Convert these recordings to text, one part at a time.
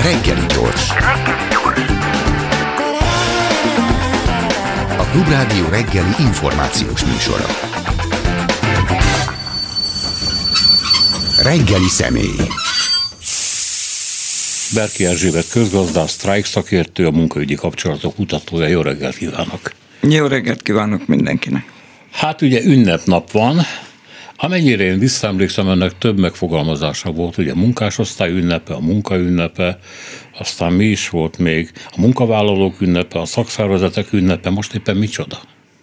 Reggeli gyors. A Klubrádió reggeli információs műsora. Reggeli személy. Berki Erzsébet közgazdász, sztrájkszakértő, a munkaügyi kapcsolatok kutatója. Jó reggelt kívánok! Jó reggelt kívánok mindenkinek! Hát ugye ünnepnap van, amennyire én visszaemlékszem, ennek több megfogalmazása volt, ugye munkásosztály ünnepe, a munkaünnepe, aztán mi is volt még, a munkavállalók ünnepe, a szakszervezetek ünnepe, most éppen micsoda?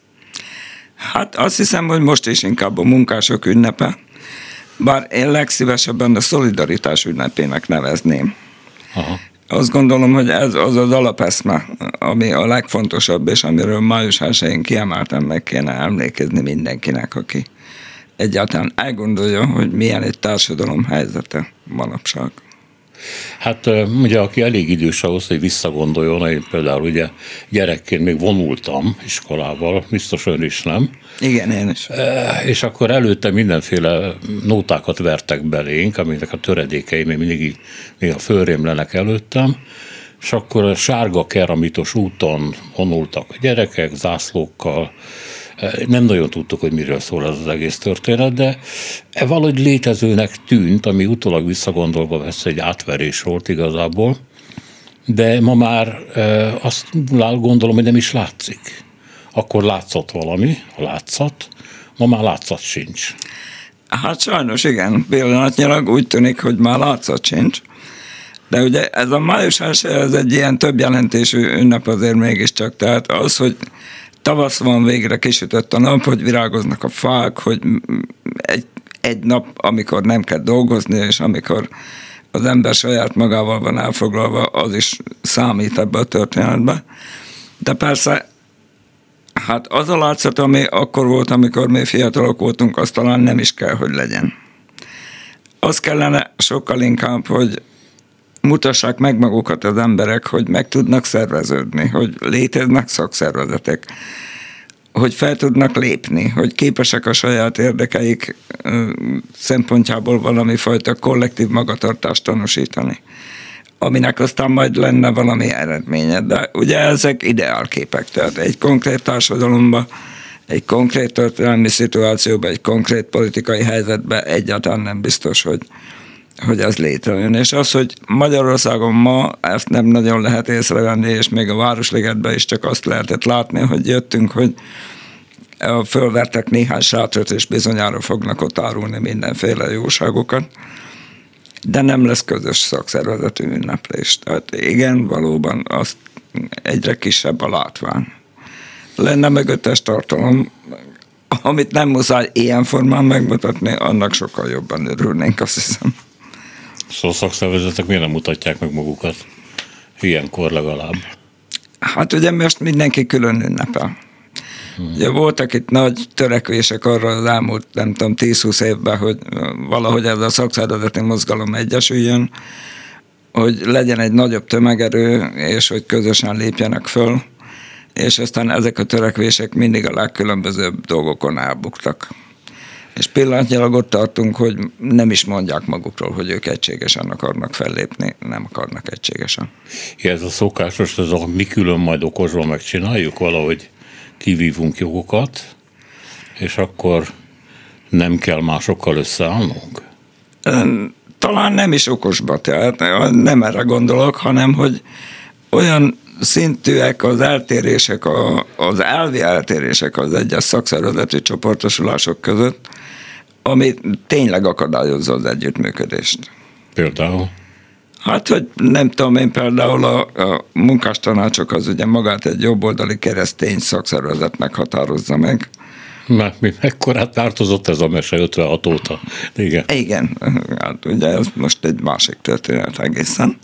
Hát azt hiszem, hogy most is inkább a munkások ünnepe, bár én legszívesebben a szolidaritás ünnepének nevezném. Aha. Azt gondolom, hogy ez az az alapeszme, ami a legfontosabb, és amiről május 1-én kiemelten meg kéne emlékezni mindenkinek, aki egyáltalán elgondolja, hogy milyen egy társadalom helyzete manapság. Hát ugye, aki elég idős ahhoz, hogy visszagondoljon, én például ugye gyerekként még vonultam iskolával, biztos ön is, nem? Igen, én is. És akkor előtte mindenféle nótákat vertek belénk, aminek a töredékei még mindig a fölrémlenek előttem, és akkor a sárga keramitos úton vonultak a gyerekek zászlókkal. Nem nagyon tudtuk, hogy miről szól ez az egész történet, de valahogy létezőnek tűnt, ami utólag visszagondolva vesz, egy átverés volt igazából, de ma már azt gondolom, hogy nem is látszik. Akkor látszott valami, a látszat, ma már látszat sincs. Hát sajnos igen, pillanatnyilag úgy tűnik, hogy már látszat sincs. De ugye ez a május 1, ez egy ilyen több jelentésű ünnep azért mégiscsak, tehát az, hogy tavasz van, végre kisütött a nap, hogy virágoznak a fák, hogy egy nap, amikor nem kell dolgozni, és amikor az ember saját magával van elfoglalva, az is számít ebbe a történetbe. De persze, hát az a látszat, ami akkor volt, amikor mi fiatalok voltunk, az talán nem is kell, hogy legyen. Az kellene sokkal inkább, hogy mutassák meg magukat az emberek, hogy meg tudnak szerveződni, hogy léteznek szakszervezetek, hogy fel tudnak lépni, hogy képesek a saját érdekeik szempontjából valami fajta kollektív magatartást tanúsítani, aminek aztán majd lenne valami eredménye. De ugye ezek ideálképek, tehát egy konkrét társadalomban, egy konkrét történelmi szituációban, egy konkrét politikai helyzetben egyáltalán nem biztos, hogy ez létrejön. És az, hogy Magyarországon ma ezt nem nagyon lehet észrevenni, és még a Városligetben is csak azt lehetett látni, hogy jöttünk, hogy fölvertek néhány sátrot, és bizonyára fognak ott árulni mindenféle jóságokat, de nem lesz közös szakszervezetű ünneplés. Tehát igen, valóban azt egyre kisebb a látvány. Lenne mögöttes tartalom, amit nem muszáj ilyen formán megmutatni, annak sokkal jobban örülnénk, azt hiszem. Szóval szakszervezetek miért nem mutatják meg magukat? Ilyenkor legalább. Hát ugye most mindenki külön ünnepel. Ugye voltak itt nagy törekvések arra az elmúlt, nem tudom, 10-20 évben, hogy valahogy ez a szakszervezeti mozgalom egyesüljön, hogy legyen egy nagyobb tömegerő, és hogy közösen lépjenek föl, és aztán ezek a törekvések mindig a legkülönbözőbb dolgokon elbuktak. És pillanatnyilag ott tartunk, hogy nem is mondják magukról, hogy ők egységesen akarnak fellépni, nem akarnak egységesen. Ez a szokásos, ez a mi külön majd okosban megcsináljuk, valahogy kivívunk jogokat, és akkor nem kell másokkal összeállnunk? Talán nem is okosba, tehát nem erre gondolok, hanem hogy olyan szintűek az eltérések, az elvi eltérések az egyes szakszervezeti csoportosulások között, ami tényleg akadályozza az együttműködést. Például? Hát, hogy nem tudom én, például a munkástanácsok az ugye magát egy jobboldali keresztény szakszervezetnek határozza meg. Mert mekkorát változott ez a mese 56 óta? Igen. Igen, hát ugye ez most egy másik történet egészen.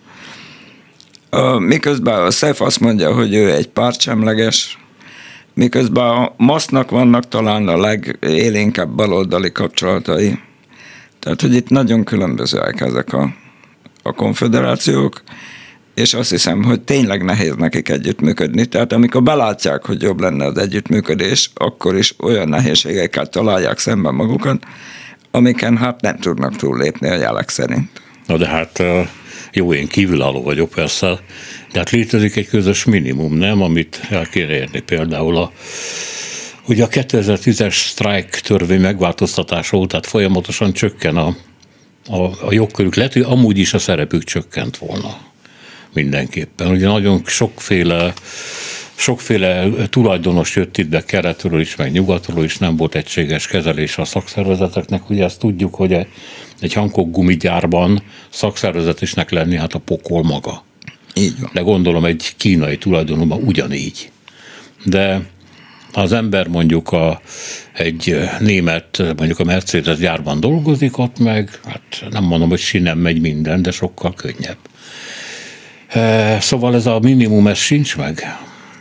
Miközben a SZEF azt mondja, hogy ő egy pártsemleges, miközben a MASZ-nak vannak talán a legélénkebb baloldali kapcsolatai. Tehát, hogy itt nagyon különbözőek ezek a konföderációk, és azt hiszem, hogy tényleg nehéz nekik együttműködni. Tehát amikor belátják, hogy jobb lenne az együttműködés, akkor is olyan nehézségekkel találják szemben magukat, amiken hát nem tudnak túllépni a jelek szerint. Na de hát Jó, én kívülálló vagyok persze, de hát létezik egy közös minimum, nem, amit el kéne érni. Például ugye a 2010-es sztrájk törvény megváltoztatása óta, tehát folyamatosan csökken a jogkörük, lehet, hogy amúgy is a szerepük csökkent volna mindenképpen. Ugye nagyon sokféle tulajdonos jött itt be keletről is, meg nyugatról is, nem volt egységes kezelés a szakszervezeteknek. Ugye ezt tudjuk, hogy egy Hankook gumigyárban szakszervezetésnek lenni hát a pokol maga. Így van. De gondolom egy kínai tulajdonúban ugyanígy. De az ember mondjuk egy német, mondjuk a Mercedes gyárban dolgozik, ott meg, hát nem mondom, hogy sinem megy minden, de sokkal könnyebb. Szóval ez a minimum, ez sincs meg?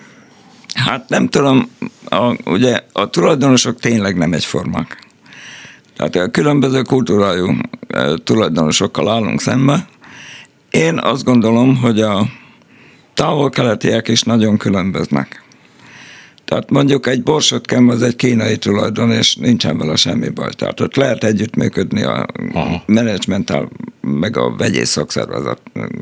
Hát nem tudom, ugye a tulajdonosok tényleg nem egyformák. Tehát a különböző kultúrájú tulajdonosokkal állunk szembe. Én azt gondolom, hogy a távol-keletiek is nagyon különböznek. Tehát mondjuk egy Borsodkem az egy kínai tulajdon, és nincsen vele semmi baj. Tehát ott lehet együttműködni a menedzsmenttel, meg a vegyész szakszervezet.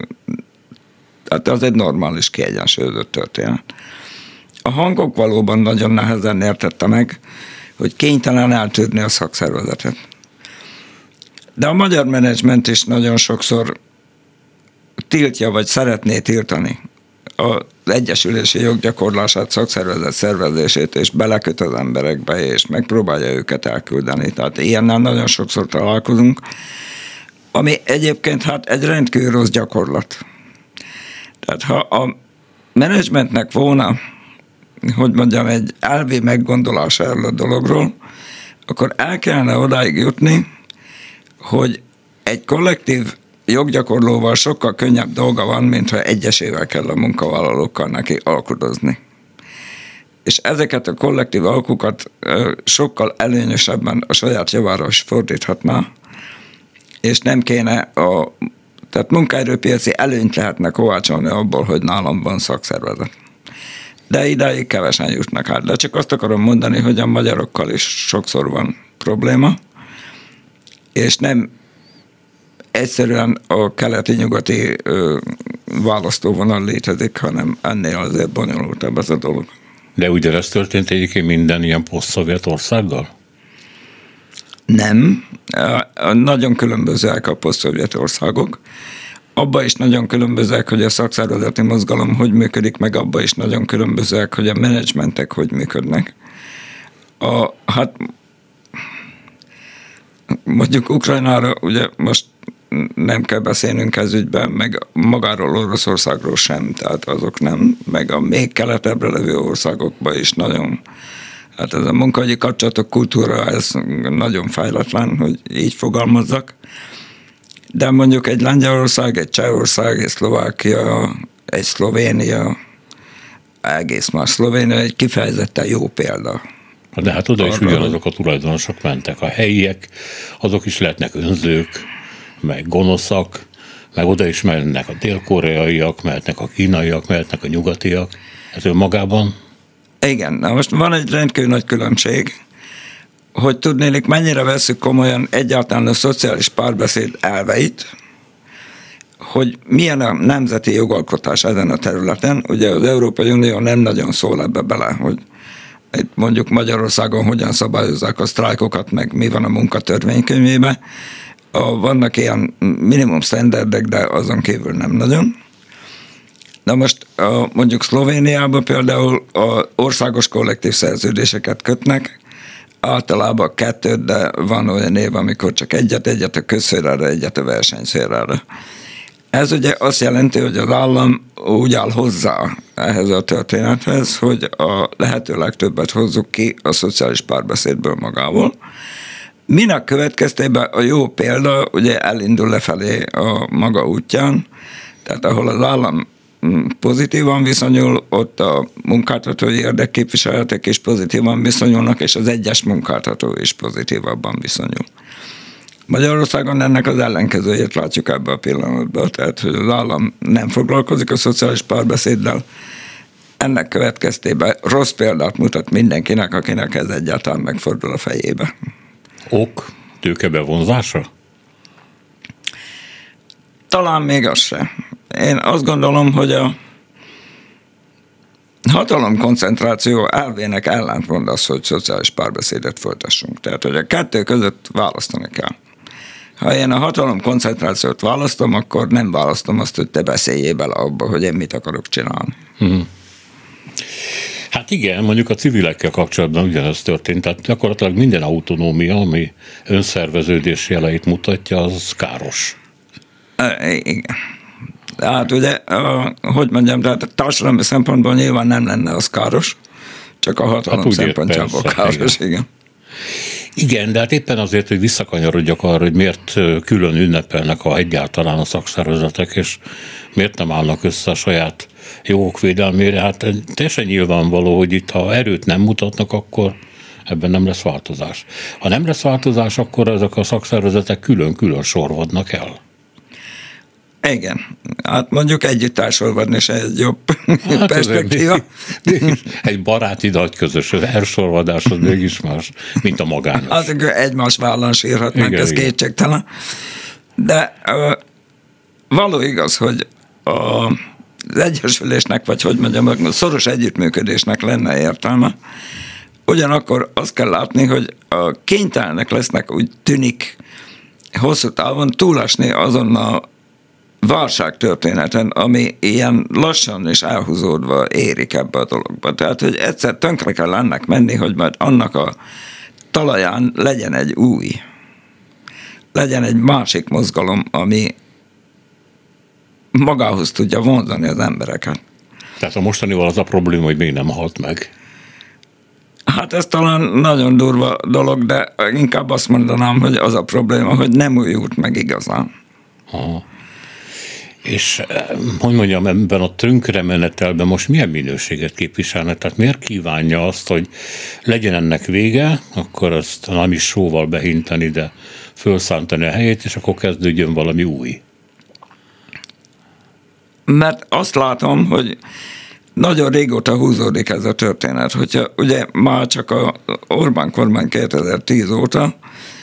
Tehát az egy normális, kiegyensúlyozott történet. A Hankook valóban nagyon nehezen értette meg, hogy kénytelen eltűrni a szakszervezetet. De a magyar menedzsment is nagyon sokszor tiltja, vagy szeretné tiltani az egyesülési joggyakorlását, szakszervezet szervezését, és beleköt az emberekbe, és megpróbálja őket elküldeni. Tehát ilyennel nagyon sokszor találkozunk, ami egyébként hát egy rendkívül rossz gyakorlat. Tehát ha a menedzsmentnek volna, hogy mondjam, egy elvi meggondolása erről a dologról, akkor el kellene odáig jutni, hogy egy kollektív joggyakorlóval sokkal könnyebb dolga van, mint ha egyesével kell a munkavállalókkal neki alkudozni. És ezeket a kollektív alkukat sokkal előnyösebben a saját javára is fordíthatná, és nem kéne tehát munkaerőpiaci előnyt lehetne kovácsolni abból, hogy nálam van szakszervezet. De idáig kevesen jutnak át. De csak azt akarom mondani, hogy a magyarokkal is sokszor van probléma, és nem egyszerűen a keleti-nyugati választóvonal létezik, hanem ennél azért bonyolultabb ez a dolog. De ugyanezt történt egyébként minden ilyen poszt-szovjet országgal? Nem. Nagyon különbözőek a poszt-szovjet országok. Abba is nagyon különbözőek, hogy a szakszervezeti mozgalom hogy működik, meg abba is nagyon különbözőek, hogy a menedzsmentek hogy működnek. Hát mondjuk Ukrajnára ugye most nem kell beszélnünk ez ügyben, meg magáról Oroszországról sem, tehát azok nem, meg a még keletebbre levő országokban is nagyon, hát ez a munkahogyi kapcsolatok kultúra, ez nagyon fejletlen, hogy így fogalmazzak. De mondjuk egy Lengyelország, egy Csehország, egy Szlovákia, egy Szlovénia, egész más. Szlovénia egy kifejezetten jó példa. De hát oda is ugyanazok a tulajdonosok mentek. A helyiek, azok is lehetnek önzők, meg gonoszak, meg oda is mennek a dél-koreaiak, mehetnek a kínaiak, mehetnek a nyugatiak. Ez önmagában? Igen, na most van egy rendkívül nagy különbség, hogy tudnélik, mennyire veszük komolyan egyáltalán a szociális párbeszéd elveit, hogy milyen a nemzeti jogalkotás ezen a területen. Ugye az Európai Unió nem nagyon szól ebbe bele, hogy itt mondjuk Magyarországon hogyan szabályozzák a sztrájkokat, meg mi van a munkatörvénykönyvében. Vannak ilyen minimum standardek, de azon kívül nem nagyon. Na most mondjuk Szlovéniában például országos kollektív szerződéseket kötnek, általában 2, de van olyan év, amikor csak egyet a közszférára, egyet a versenyszférára. Ez ugye azt jelenti, hogy az állam úgy áll hozzá ehhez a történethez, hogy a lehető legtöbbet hozzuk ki a szociális párbeszédből magából. Minek következtében a jó példa ugye elindul lefelé a maga útján, tehát ahol az állam pozitívan viszonyul, ott a munkáltatói érdekképviseletek is pozitívan viszonyulnak, és az egyes munkáltató is pozitívabban viszonyul. Magyarországon ennek az ellenkezőjét látjuk ebben a pillanatban, tehát hogy az állam nem foglalkozik a szociális párbeszéddel, ennek következtében rossz példát mutat mindenkinek, akinek ez egyáltalán megfordul a fejébe. Ok, tőke bevonzása? talán még az se. Én azt gondolom, hogy a hatalomkoncentráció elvének ellentmond az, hogy szociális párbeszédet folytassunk. Tehát, hogy a kettő között választani kell. Ha én a hatalomkoncentrációt választom, akkor nem választom azt, hogy te beszéljél bele abba, hogy én mit akarok csinálni. Hát igen, mondjuk a civilekkel kapcsolatban ugyanez történt, tehát gyakorlatilag minden autonómia, ami önszerveződés jeleit mutatja, az káros. Igen. Tehát ugye, hogy mondjam, tehát a társadalmi szempontból nyilván nem lenne az káros, csak a hatalom szempontjából káros, igen. Igen, de hát éppen azért, hogy visszakanyarodjak arra, hogy miért külön ünnepelnek egyáltalán a szakszervezetek, és miért nem állnak össze a saját jogok védelmére. Hát teljesen nyilvánvaló, hogy itt, ha erőt nem mutatnak, akkor ebben nem lesz változás. Ha nem lesz változás, akkor ezek a szakszervezetek külön-külön sorvadnak el. Igen. Hát mondjuk együtt társolvadni se egy jobb perspektíva. Egy baráti nagy közös elsorvadás az mégis más, mint a magányos. Azok egymás vállon sírhatnak, ez kétségtelen. De való igaz, hogy az egyesülésnek, vagy hogy mondjam, a szoros együttműködésnek lenne értelme. Ugyanakkor azt kell látni, hogy a kénytelenek lesznek, úgy tűnik hosszú távon túlesni azon a válságtörténeten, ami ilyen lassan és elhúzódva érik ebbe a dologba. Tehát, hogy egyszer tönkre kell ennek menni, hogy majd annak a talaján legyen egy másik mozgalom, ami magához tudja vonzani az embereket. Tehát a mostanival az a probléma, hogy még nem halt meg. Hát ez talán nagyon durva dolog, de inkább azt mondanám, hogy az a probléma, hogy nem újult meg igazán. Aha. És hogy mondjam, ebben a tönkremenetelben most milyen minőséget képviselne? Tehát miért kívánja azt, hogy legyen ennek vége, akkor azt nem is sóval behinteni, de fölszántani a helyét, és akkor kezdődjön valami új? Mert azt látom, hogy nagyon régóta húzódik ez a történet, hogyha ugye már csak a Orbán kormány 2010 óta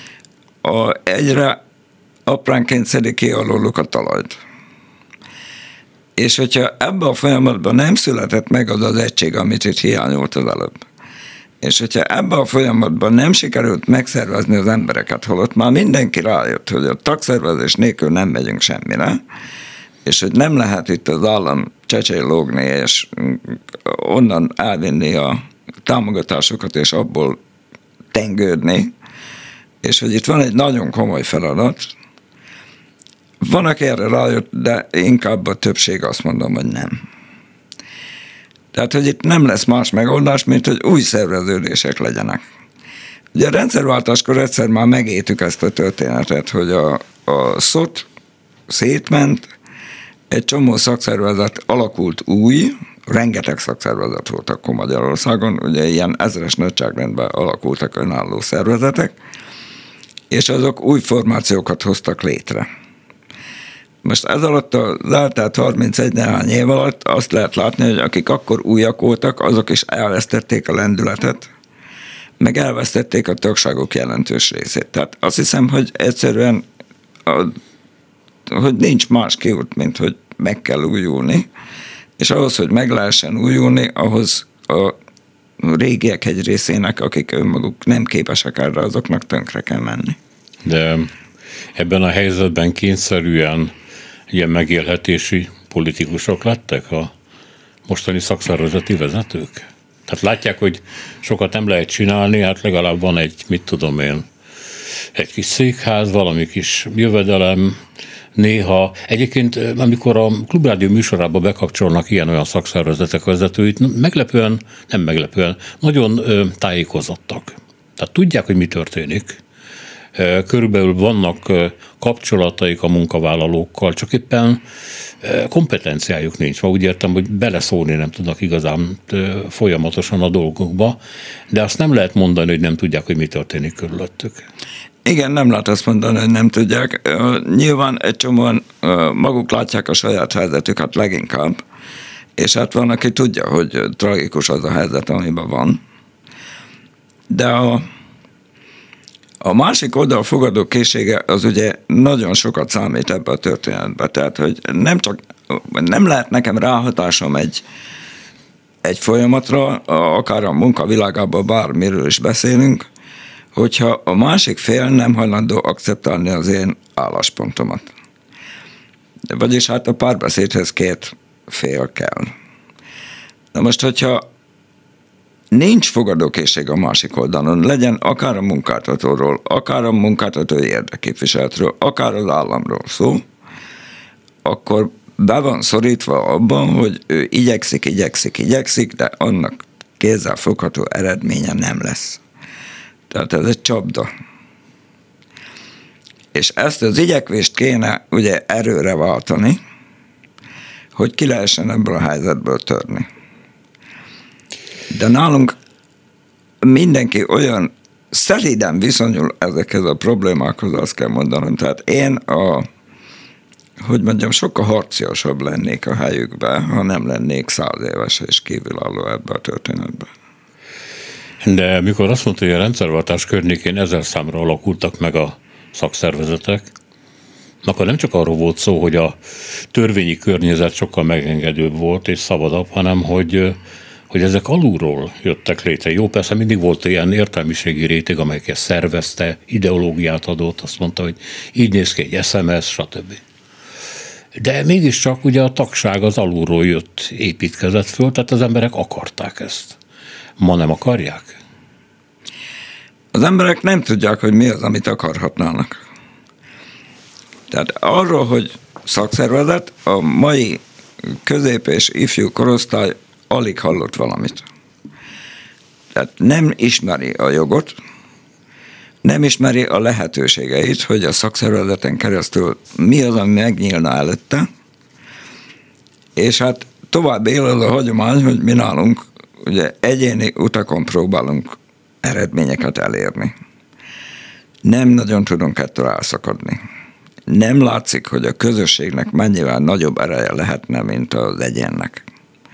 egyre apránként szedik ki alóluk a talajt. És hogyha ebben a folyamatban nem született meg az az egység, amit itt hiányolt az előbb, és hogyha ebben a folyamatban nem sikerült megszervezni az embereket, holott már mindenki rájött, hogy a tagszervezés nélkül nem megyünk semmire, és hogy nem lehet itt az állam csecsélógni, és onnan elvinni a támogatásokat, és abból tengődni, és hogy itt van egy nagyon komoly feladat. Van, aki erre rájött, de inkább a többség azt mondom, hogy nem. Tehát, hogy itt nem lesz más megoldás, mint hogy új szerveződések legyenek. Ugye a rendszerváltáskor egyszer már megéltük ezt a történetet, hogy a SZOT szétment, egy csomó szakszervezet alakult új, rengeteg szakszervezet volt akkor Magyarországon, ugye ilyen 1000-es nagyságrendben alakultak önálló szervezetek, és azok új formációkat hoztak létre. Most ez alatt az eltelt 31 néhány év alatt azt lehet látni, hogy akik akkor újak voltak, azok is elvesztették a lendületet, meg elvesztették a tagságok jelentős részét. Tehát azt hiszem, hogy egyszerűen hogy nincs más kiút, mint hogy meg kell újulni, és ahhoz, hogy meg lehessen újulni, ahhoz a régiek egy részének, akik önmaguk nem képesek erre, azoknak tönkre kell menni. De ebben a helyzetben kényszerűen ilyen megélhetési politikusok lettek a mostani szakszervezeti vezetők? Tehát látják, hogy sokat nem lehet csinálni, hát legalább van egy, egy kis székház, valami kis jövedelem, néha. Egyébként, amikor a Klubrádió műsorába bekapcsolnak ilyen-olyan szakszervezetek vezetőit, nem meglepően, nagyon tájékozottak. Tehát tudják, hogy mi történik. Körülbelül vannak kapcsolataik a munkavállalókkal, csak éppen kompetenciájuk nincs. Ma úgy értem, hogy beleszólni nem tudnak igazán folyamatosan a dolgokba, de azt nem lehet mondani, hogy nem tudják, hogy mi történik körülöttük. Igen, nem lehet azt mondani, hogy nem tudják. Nyilván egy csomóan maguk látják a saját helyzetüket leginkább, és hát van, aki tudja, hogy tragikus az a helyzet, amiben van. De A másik oldal fogadó készsége az ugye nagyon sokat számít ebbe a történetbe. Tehát, hogy nem lehet nekem ráhatásom egy folyamatra, akár a munkavilágában bármiről is beszélünk, hogyha a másik fél nem hajlandó akceptálni az én álláspontomat. Vagyis hát a párbeszédhez két fél kell. Na most, hogyha nincs fogadókészség a másik oldalon, legyen akár a munkáltatóról, akár a munkáltatói érdekképviseletről, akár az államról szó, akkor be van szorítva abban, hogy ő igyekszik, de annak kézzelfogható eredménye nem lesz. Tehát ez egy csapda. És ezt az igyekvést kéne ugye erőre váltani, hogy ki lehessen ebből a helyzetből törni. De nálunk mindenki olyan szelíden viszonyul ezekhez a problémákhoz, azt kell mondanom. Tehát én sokkal harciasabb lennék a helyükben, ha nem lennék 100 éves és kívülálló ebbe a történetbe. De mikor azt mondta, hogy a rendszerváltás környékén 1000 számra alakultak meg a szakszervezetek, akkor nem csak arról volt szó, hogy a törvényi környezet sokkal megengedőbb volt és szabadabb, hanem hogy ezek alulról jöttek létre. Jó, persze mindig volt ilyen értelmiségi réteg, amelyik ezt szervezte, ideológiát adott, azt mondta, hogy így néz ki egy SMS, stb. De mégiscsak ugye a tagság az alulról jött, építkezett föl, tehát az emberek akarták ezt. Ma nem akarják? Az emberek nem tudják, hogy mi az, amit akarhatnának. Tehát arról, hogy szakszervezet, a mai közép- és ifjú korosztály alig hallott valamit. Tehát nem ismeri a jogot, nem ismeri a lehetőségeit, hogy a szakszervezeten keresztül mi az, ami megnyílna előtte, és hát tovább él az a hagyomány, hogy mi nálunk ugye egyéni utakon próbálunk eredményeket elérni. Nem nagyon tudunk ettől elszakadni. Nem látszik, hogy a közösségnek mennyivel nagyobb ereje lehetne, mint az egyénnek.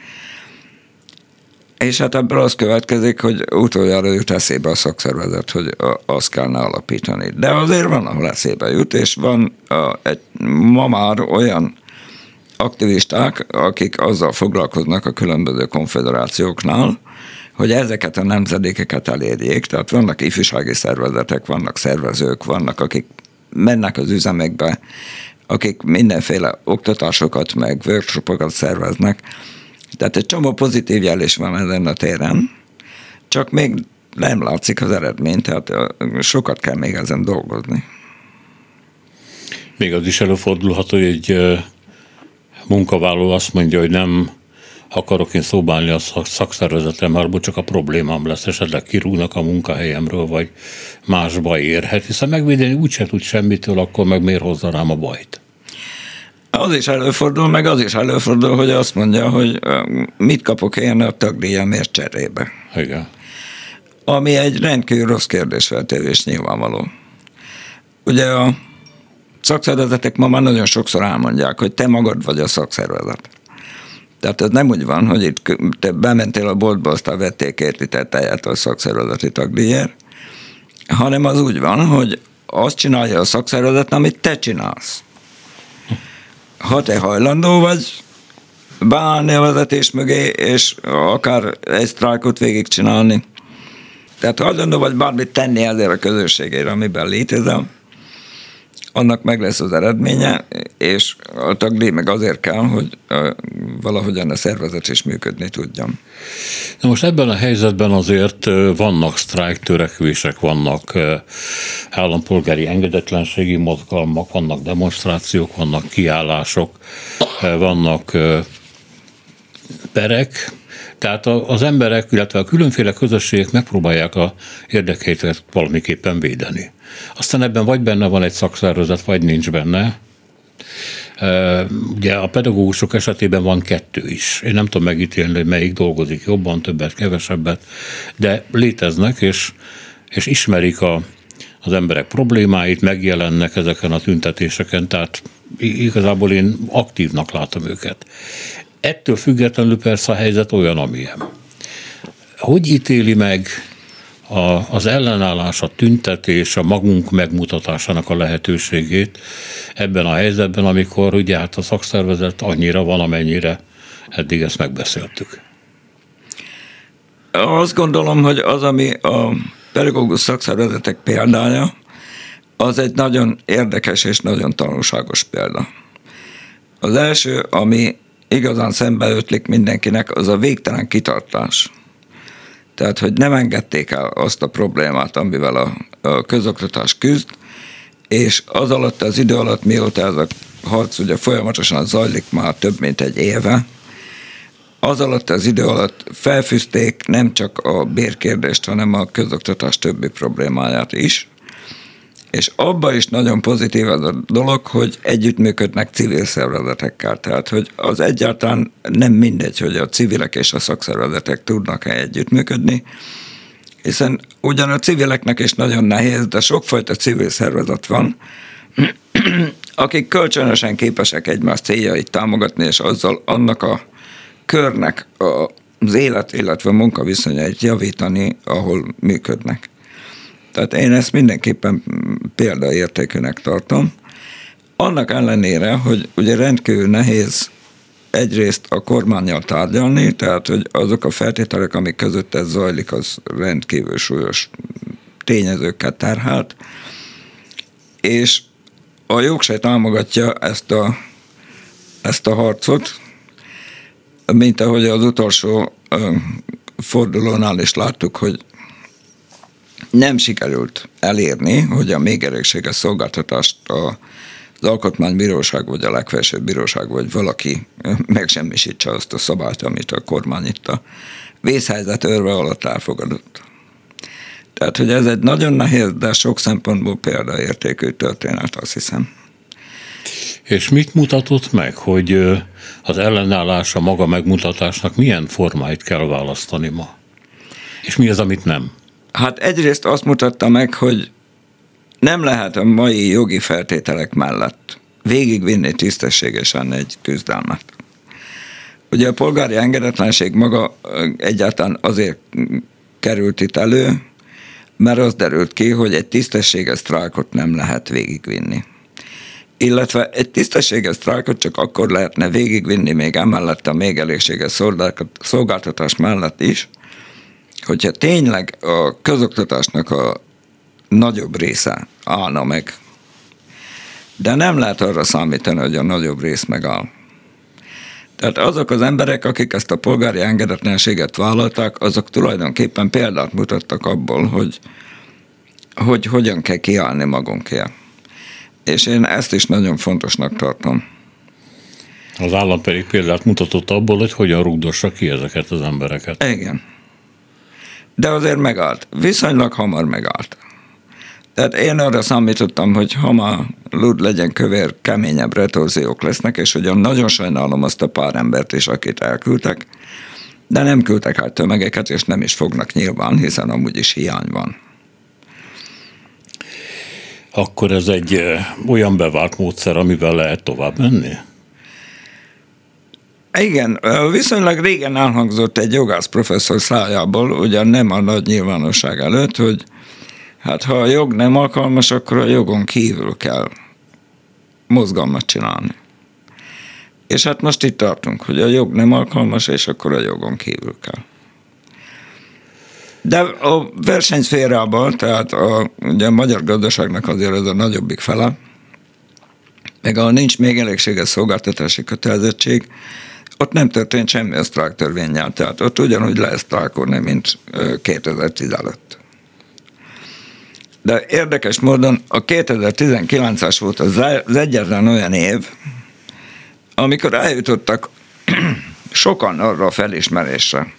És hát ebből az következik, hogy utoljára jut eszébe a szakszervezet, hogy azt kellene alapítani. De azért van, ahol eszébe jut, és van ma már olyan aktivisták, akik azzal foglalkoznak a különböző konfederációknál, hogy ezeket a nemzedékeket elérjék. Tehát vannak ifjúsági szervezetek, vannak szervezők, vannak, akik mennek az üzemekbe, akik mindenféle oktatásokat, meg workshopokat szerveznek. Tehát egy csomó pozitív jel is van ezen a téren, csak még nem látszik az eredmény, tehát sokat kell még ezen dolgozni. Még az is előfordulhat, hogy egy munkavállaló azt mondja, hogy nem akarok én szóbálni a szakszervezetem, mert csak a problémám lesz, esetleg kirúgnak a munkahelyemről, vagy más baj érhet, hiszen megvédeni úgyse tud semmitől, akkor meg miért hozza rám a bajt? Az is előfordul, hogy azt mondja, hogy mit kapok én a tagdíjamért cserébe. Igen. Ami egy rendkívül rossz kérdésfeltevés nyilvánvaló. Ugye a szakszervezetek ma már nagyon sokszor elmondják, hogy te magad vagy a szakszervezet. Tehát ez nem úgy van, hogy itt te bementél a boltba, aztán vettél 2 liter tejet a szakszervezeti tagdíjért, hanem az úgy van, hogy azt csinálja a szakszervezet, amit te csinálsz. Ha te hajlandó vagy beállni a vezetés mögé, és akár egy sztrájkot végigcsinálni, tehát hajlandó vagy bármit tenni ezért a közösségére, amiben létezel, annak meg lesz az eredménye, és a tagdíj meg azért kell, hogy valahogyan a szervezet is működni tudjon. Na most ebben a helyzetben azért vannak sztrájktörekvések, vannak állampolgári engedetlenségi mozgalmak, vannak demonstrációk, vannak kiállások, vannak perek, tehát az emberek, illetve a különféle közösségek megpróbálják a érdekeiket valamiképpen védeni. Aztán ebben vagy benne van egy szakszervezet, vagy nincs benne. Ugye a pedagógusok esetében van 2 is. Én nem tudom megítélni, hogy melyik dolgozik jobban, többet, kevesebbet, de léteznek, és ismerik az emberek problémáit, megjelennek ezeken a tüntetéseken, tehát igazából én aktívnak látom őket. Ettől függetlenül persze a helyzet olyan, amilyen. Hogy ítéli meg az ellenállás, a tüntetés, a magunk megmutatásának a lehetőségét ebben a helyzetben, amikor ugye hát a szakszervezet annyira van, amennyire eddig ezt megbeszéltük. Azt gondolom, hogy az, ami a pedagógus szakszervezetek példája, az egy nagyon érdekes és nagyon tanulságos példa. Az első, ami igazán szembeötlik mindenkinek, az a végtelen kitartás. Tehát, hogy nem engedték el azt a problémát, amivel a közoktatás küzd, és az alatt, az idő alatt, mióta ez a harc ugye folyamatosan zajlik már több mint egy éve, az alatt, az idő alatt felfűzték nem csak a bérkérdést, hanem a közoktatás többi problémáját is, és abban is nagyon pozitív az a dolog, hogy együttműködnek civil szervezetekkel. Tehát, hogy az egyáltalán nem mindegy, hogy a civilek és a szakszervezetek tudnak-e együttműködni, hiszen ugyan a civileknek is nagyon nehéz, de sokfajta civil szervezet van, akik kölcsönösen képesek egymás céljait támogatni, és azzal annak a körnek az élet, illetve munkaviszonyait javítani, ahol működnek. Tehát én ezt mindenképpen példaértékűnek tartom. Annak ellenére, hogy ugye rendkívül nehéz egyrészt a kormánnyal tárgyalni, tehát hogy azok a feltételek, amik között ez zajlik, az rendkívül súlyos tényezőkkel terhelt, és a jogsej támogatja ezt a harcot, mint ahogy az utolsó fordulónál is láttuk, hogy nem sikerült elérni, hogy a még elégséges szolgáltatást az Alkotmánybíróság vagy a legfelsőbb bíróság vagy valaki megsemmisítse azt a szabályt, amit a kormány itt a vészhelyzet örve alatt elfogadott. Tehát, hogy ez egy nagyon nehéz, de sok szempontból példaértékű történet, azt hiszem. És mit mutatott meg, hogy az ellenállás a maga megmutatásnak milyen formáit kell választani ma? És mi az, amit nem? Hát egyrészt azt mutatta meg, hogy nem lehet a mai jogi feltételek mellett végigvinni tisztességesen egy küzdelmet. Ugye a polgári engedetlenség maga egyáltalán azért került itt elő, mert az derült ki, hogy egy tisztességes sztrájkot nem lehet végigvinni. Illetve egy tisztességes sztrájkot csak akkor lehetne végigvinni még emellett a még elégséges szolgáltatás mellett is, hogyha tényleg a közoktatásnak a nagyobb része állna meg. De nem lehet arra számítani, hogy a nagyobb rész megáll. Tehát azok az emberek, akik ezt a polgári engedetlenséget vállalták, azok tulajdonképpen példát mutattak abból, hogy hogyan kell kiállni magunkért. És én ezt is nagyon fontosnak tartom. Az állam pedig példát mutatott abból, hogy hogyan rugdossa ki ezeket az embereket. Igen. De azért megállt. Viszonylag hamar megállt. Tehát én arra számítottam, hogy hamar lud legyen kövér, keményebb retorziók lesznek, és ugyan nagyon sajnálom azt a pár embert is, akit elküldtek, de nem küldtek el tömegeket, és nem is fognak nyilván, hiszen amúgy is hiány van. Akkor ez egy olyan bevált módszer, amivel lehet tovább menni? Igen, viszonylag régen elhangzott egy jogász professzor szájából, ugyan nem a nagy nyilvánosság előtt, hogy hát ha a jog nem alkalmas, akkor a jogon kívül kell mozgalmat csinálni. És hát most itt tartunk, hogy a jog nem alkalmas, és akkor a jogon kívül kell. De a versenyszférában, tehát ugye a magyar gazdaságnak azért ez a nagyobbik fele, meg ahol nincs még elégséges szolgáltatási kötelezettség, ott nem történt semmi a sztrájktörvénnyel, tehát ott ugyanúgy lehet sztrájkolni, mint 2015. De érdekes módon a 2019-es volt az egyetlen olyan év, amikor eljutottak sokan arra a felismerésre,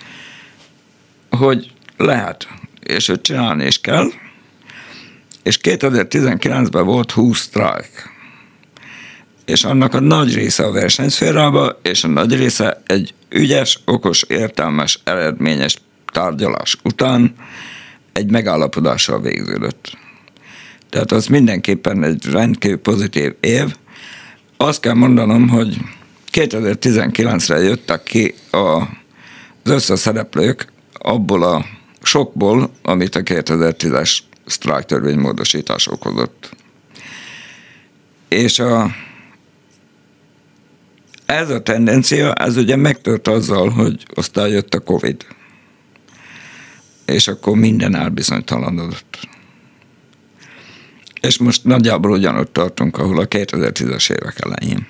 hogy lehet, és hogy csinálni is kell, és 2019-ben volt 20 sztrájk. És annak a nagy része a versenyszférában, és a nagy része egy ügyes, okos, értelmes, eredményes tárgyalás után egy megállapodással végződött. Tehát az mindenképpen egy rendkívül pozitív év. Azt kell mondanom, hogy 2019-re jöttek ki az összeszereplők abból a sokból, amit a 2010-es sztrájktörvénymódosítás okozott. És ez a tendencia, ez ugye megtört azzal, hogy aztán jött a Covid. És akkor minden elbizonytalanodott. És most nagyjából ugyanott tartunk, ahol a 2010-es évek elején.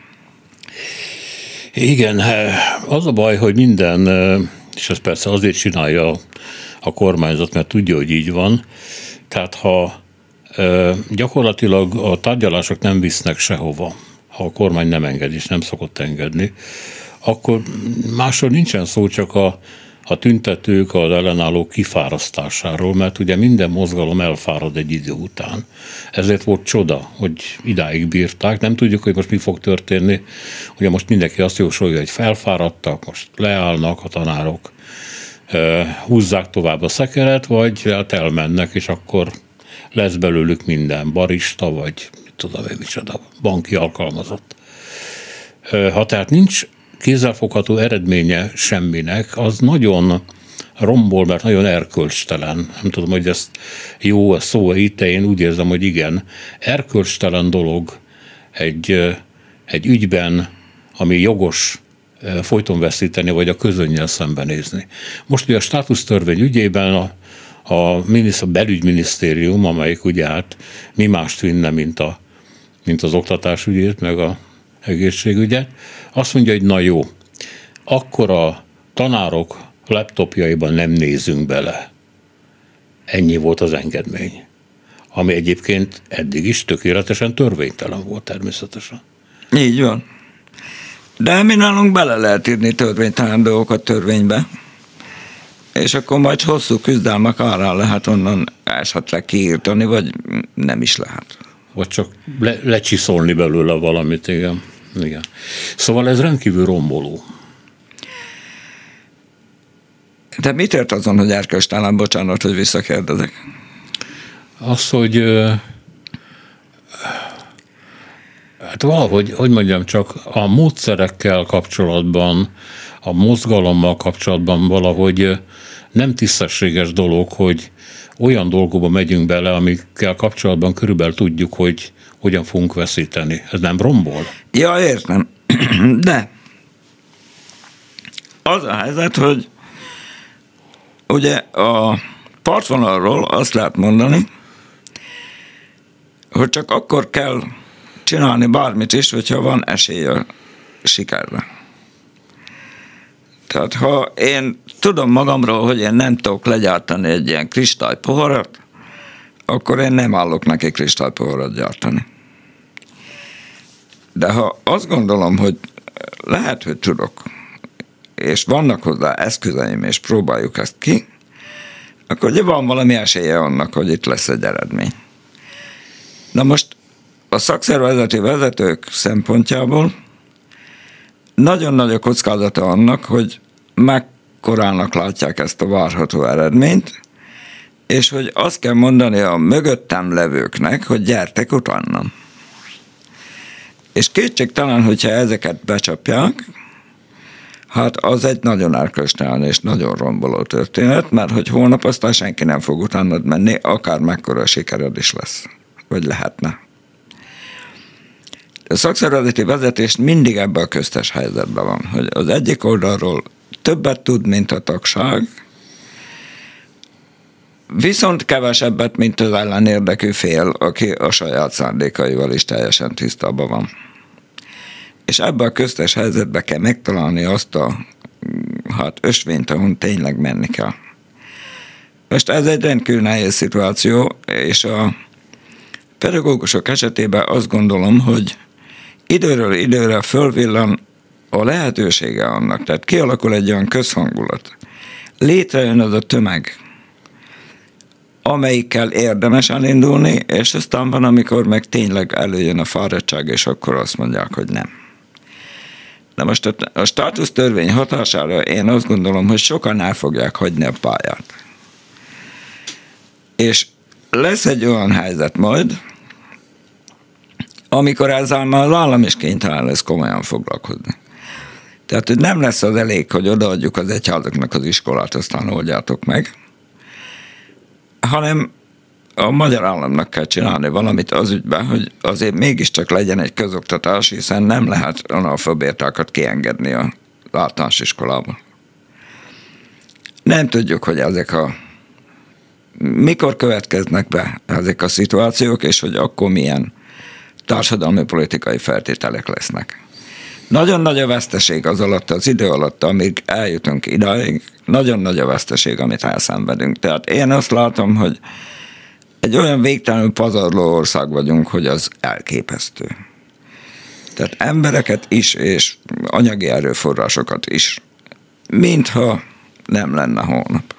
Igen, az a baj, hogy minden, és ez persze azért csinálja a kormányzat, mert tudja, hogy így van, tehát ha gyakorlatilag a tárgyalások nem visznek sehova, ha a kormány nem enged, és nem szokott engedni, akkor másról nincsen szó, csak a tüntetők, az ellenállók kifárasztásáról, mert ugye minden mozgalom elfárad egy idő után. Ezért volt csoda, hogy idáig bírták. Nem tudjuk, hogy most mi fog történni. Ugye most mindenki azt jósolja, hogy felfáradtak, most leállnak a tanárok, húzzák tovább a szekeret, vagy hát elmennek, és akkor lesz belőlük minden barista, vagy tudom én micsoda, banki alkalmazott. Ha tehát nincs kézzelfogható eredménye semminek, az nagyon rombol, mert nagyon erkölcstelen. Nem tudom, hogy ez jó a szó itt, én úgy érzem, hogy igen. Erkölcstelen dolog egy ügyben, ami jogos folyton veszíteni, vagy a közönnyel szembenézni. Most ugye a státusztörvény ügyében a belügyminisztérium, amelyik ugye hát mi mást vinne, mint az oktatásügyét, meg a egészségügyet, azt mondja, hogy na jó, akkor a tanárok laptopjaiban nem nézünk bele. Ennyi volt az engedmény. Ami egyébként eddig is tökéletesen törvénytelen volt természetesen. Így van. De mi nálunk bele lehet írni törvénytelen dolgokat törvénybe, és akkor majd hosszú küzdelmek árán lehet onnan esetleg kiírtani, vagy nem is lehet. Vagy csak lecsiszolni belőle valamit, igen. Szóval ez rendkívül romboló. De mit ért azon, hogy erkölcstelen, bocsánat, hogy visszakérdezek? Az, hogy hát valahogy, hogy mondjam, csak a módszerekkel kapcsolatban, a mozgalommal kapcsolatban valahogy nem tisztességes dolog, hogy olyan dolgokba megyünk bele, amikkel kapcsolatban körülbelül tudjuk, hogy hogyan fogunk veszíteni. Ez nem rombol? Ja, értem. De az a helyzet, hogy ugye a partvonalról azt lehet mondani, hogy csak akkor kell csinálni bármit is, hogyha van esély a sikerre. Tehát ha én tudom magamról, hogy én nem tudok legyártani egy ilyen kristálypoharat, akkor én nem állok neki kristálypoharat gyártani. De ha azt gondolom, hogy lehet, hogy tudok, és vannak hozzá eszközeim, és próbáljuk ezt ki, akkor ugye van valami esélye annak, hogy itt lesz egy eredmény. Na most a szakszervezeti vezetők szempontjából nagyon nagy a kockázata annak, hogy mekkorának látják ezt a várható eredményt, és hogy azt kell mondani a mögöttem levőknek, hogy gyertek utána. És kétségtelen, hogyha ezeket becsapják, hát az egy nagyon erkölcstelen és nagyon romboló történet, mert hogy holnap aztán senki nem fog utánad menni, akár mekkora sikered is lesz, vagy lehetne. A szakszervezeti vezetés mindig ebben a köztes helyzetben van, hogy az egyik oldalról többet tud, mint a tagság, viszont kevesebbet, mint az ellenérdekű fél, aki a saját szándékaival is teljesen tisztában van. És ebben a köztes helyzetben kell megtalálni azt a ösvényt, ahol tényleg menni kell. Most ez egy rendkívül nehéz szituáció, és a pedagógusok esetében azt gondolom, hogy időről időre fölvillan a lehetősége annak, tehát kialakul egy olyan közhangulat. Létrejön az a tömeg, amelyikkel érdemes elindulni, és aztán van, amikor meg tényleg előjön a fáradtság, és akkor azt mondják, hogy nem. Na most a státusztörvény hatására én azt gondolom, hogy sokan el fogják hagyni a pályát. És lesz egy olyan helyzet majd, amikor ezzel már az állam is kénytelen lesz komolyan foglalkozni. Tehát, hogy nem lesz az elég, hogy odaadjuk az egyházaknak az iskolát, aztán oldjátok meg, hanem a magyar államnak kell csinálni valamit az ügyben, hogy azért mégiscsak legyen egy közoktatás, hiszen nem lehet analfabétákat kiengedni az általános iskolából. Nem tudjuk, hogy mikor következnek be ezek a szituációk, és hogy akkor milyen társadalmi politikai feltételek lesznek. Nagyon nagy a veszteség az idő alatt, amíg eljutunk idáig, nagyon nagy a veszteség, amit elszenvedünk. Tehát én azt látom, hogy egy olyan végtelenül pazarló ország vagyunk, hogy az elképesztő. Tehát embereket is, és anyagi erőforrásokat is, mintha nem lenne holnap.